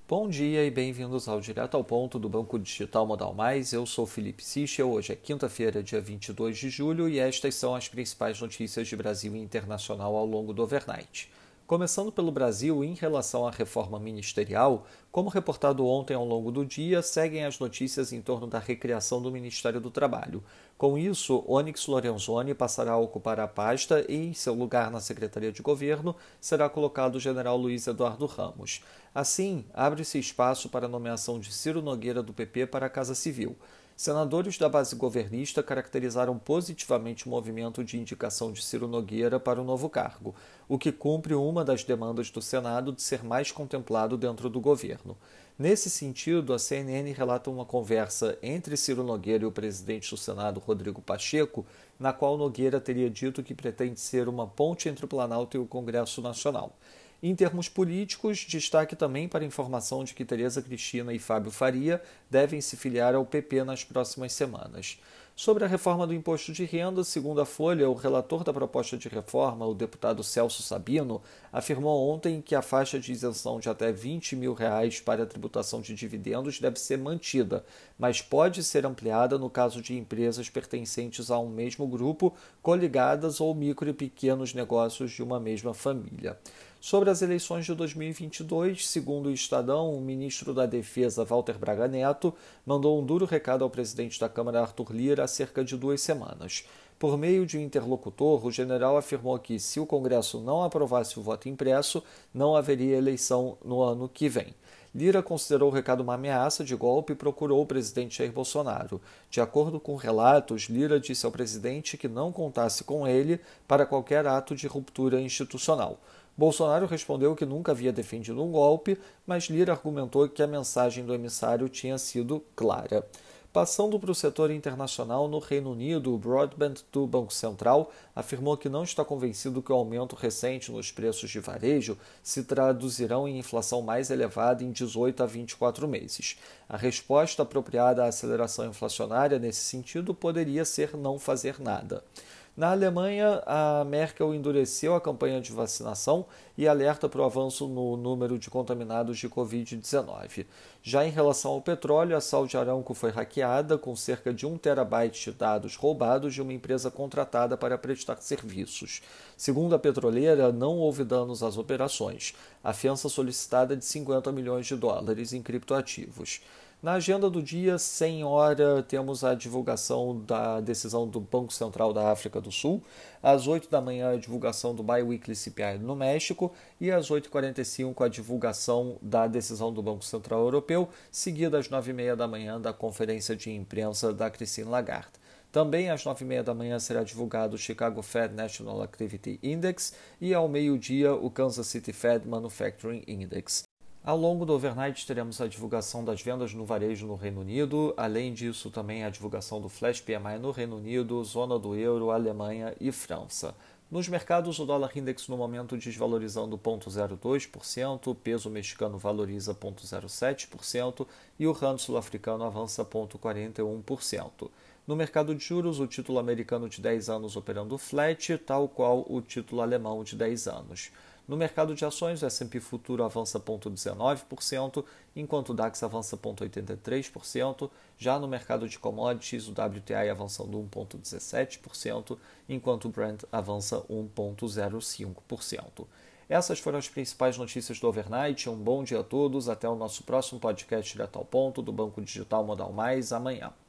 Bom dia e bem-vindos ao Direto ao Ponto do Banco Digital Modal Mais. Eu sou Felipe Sichel. Hoje é quinta-feira, dia 22 de julho, e estas são as principais notícias de Brasil e internacional ao longo do overnight. Começando pelo Brasil, em relação à reforma ministerial, como reportado ontem ao longo do dia, seguem as notícias em torno da recriação do Ministério do Trabalho. Com isso, Onyx Lorenzoni passará a ocupar a pasta e, em seu lugar na Secretaria de Governo, será colocado o general Luiz Eduardo Ramos. Assim, abre-se espaço para a nomeação de Ciro Nogueira do PP para a Casa Civil. Senadores da base governista caracterizaram positivamente o movimento de indicação de Ciro Nogueira para o novo cargo, o que cumpre uma das demandas do Senado de ser mais contemplado dentro do governo. Nesse sentido, a CNN relata uma conversa entre Ciro Nogueira e o presidente do Senado, Rodrigo Pacheco, na qual Nogueira teria dito que pretende ser uma ponte entre o Planalto e o Congresso Nacional. Em termos políticos, destaque também para a informação de que Tereza Cristina e Fábio Faria devem se filiar ao PP nas próximas semanas. Sobre a reforma do imposto de renda, segundo a Folha, o relator da proposta de reforma, o deputado Celso Sabino, afirmou ontem que a faixa de isenção de até R$20 mil para a tributação de dividendos deve ser mantida, mas pode ser ampliada no caso de empresas pertencentes a um mesmo grupo, coligadas ou micro e pequenos negócios de uma mesma família. Sobre as eleições de 2022, segundo o Estadão, o ministro da Defesa, Walter Braga Neto, mandou um duro recado ao presidente da Câmara, Arthur Lira, há cerca de 2 semanas. Por meio de um interlocutor, o general afirmou que, se o Congresso não aprovasse o voto impresso, não haveria eleição no ano que vem. Lira considerou o recado uma ameaça de golpe e procurou o presidente Jair Bolsonaro. De acordo com relatos, Lira disse ao presidente que não contasse com ele para qualquer ato de ruptura institucional. Bolsonaro respondeu que nunca havia defendido um golpe, mas Lira argumentou que a mensagem do emissário tinha sido clara. Passando para o setor internacional, no Reino Unido, o Broadband do Banco Central afirmou que não está convencido que o aumento recente nos preços de varejo se traduzirão em inflação mais elevada em 18 a 24 meses. A resposta apropriada à aceleração inflacionária nesse sentido poderia ser não fazer nada. Na Alemanha, a Merkel endureceu a campanha de vacinação e alerta para o avanço no número de contaminados de Covid-19. Já em relação ao petróleo, a Saudi Aramco foi hackeada com cerca de 1 terabyte de dados roubados de uma empresa contratada para prestar serviços. Segundo a petroleira, não houve danos às operações. A fiança solicitada é de $50 milhões em criptoativos. Na agenda do dia, sem hora, temos a divulgação da decisão do Banco Central da África do Sul. Às 8 da manhã, a divulgação do Biweekly CPI no México. E às 8h45, a divulgação da decisão do Banco Central Europeu, seguida às 9h30 da manhã da conferência de imprensa da Christine Lagarde. Também às 9h30 da manhã será divulgado o Chicago Fed National Activity Index e ao meio-dia o Kansas City Fed Manufacturing Index. Ao longo do overnight teremos a divulgação das vendas no varejo no Reino Unido, além disso também a divulgação do Flash PMI no Reino Unido, zona do euro, Alemanha e França. Nos mercados, o dólar index no momento desvalorizando 0,02%, o peso mexicano valoriza 0,07% e o rand sul-africano avança 0,41%. No mercado de juros, o título americano de 10 anos operando flat, tal qual o título alemão de 10 anos. No mercado de ações, o S&P Futuro avança 0,19%, enquanto o DAX avança 0,83%. Já no mercado de commodities, o WTI avançando 1,17%, enquanto o Brent avança 1,05%. Essas foram as principais notícias do overnight. Um bom dia a todos. Até o nosso próximo podcast Direto ao Ponto do Banco Digital Modal Mais amanhã.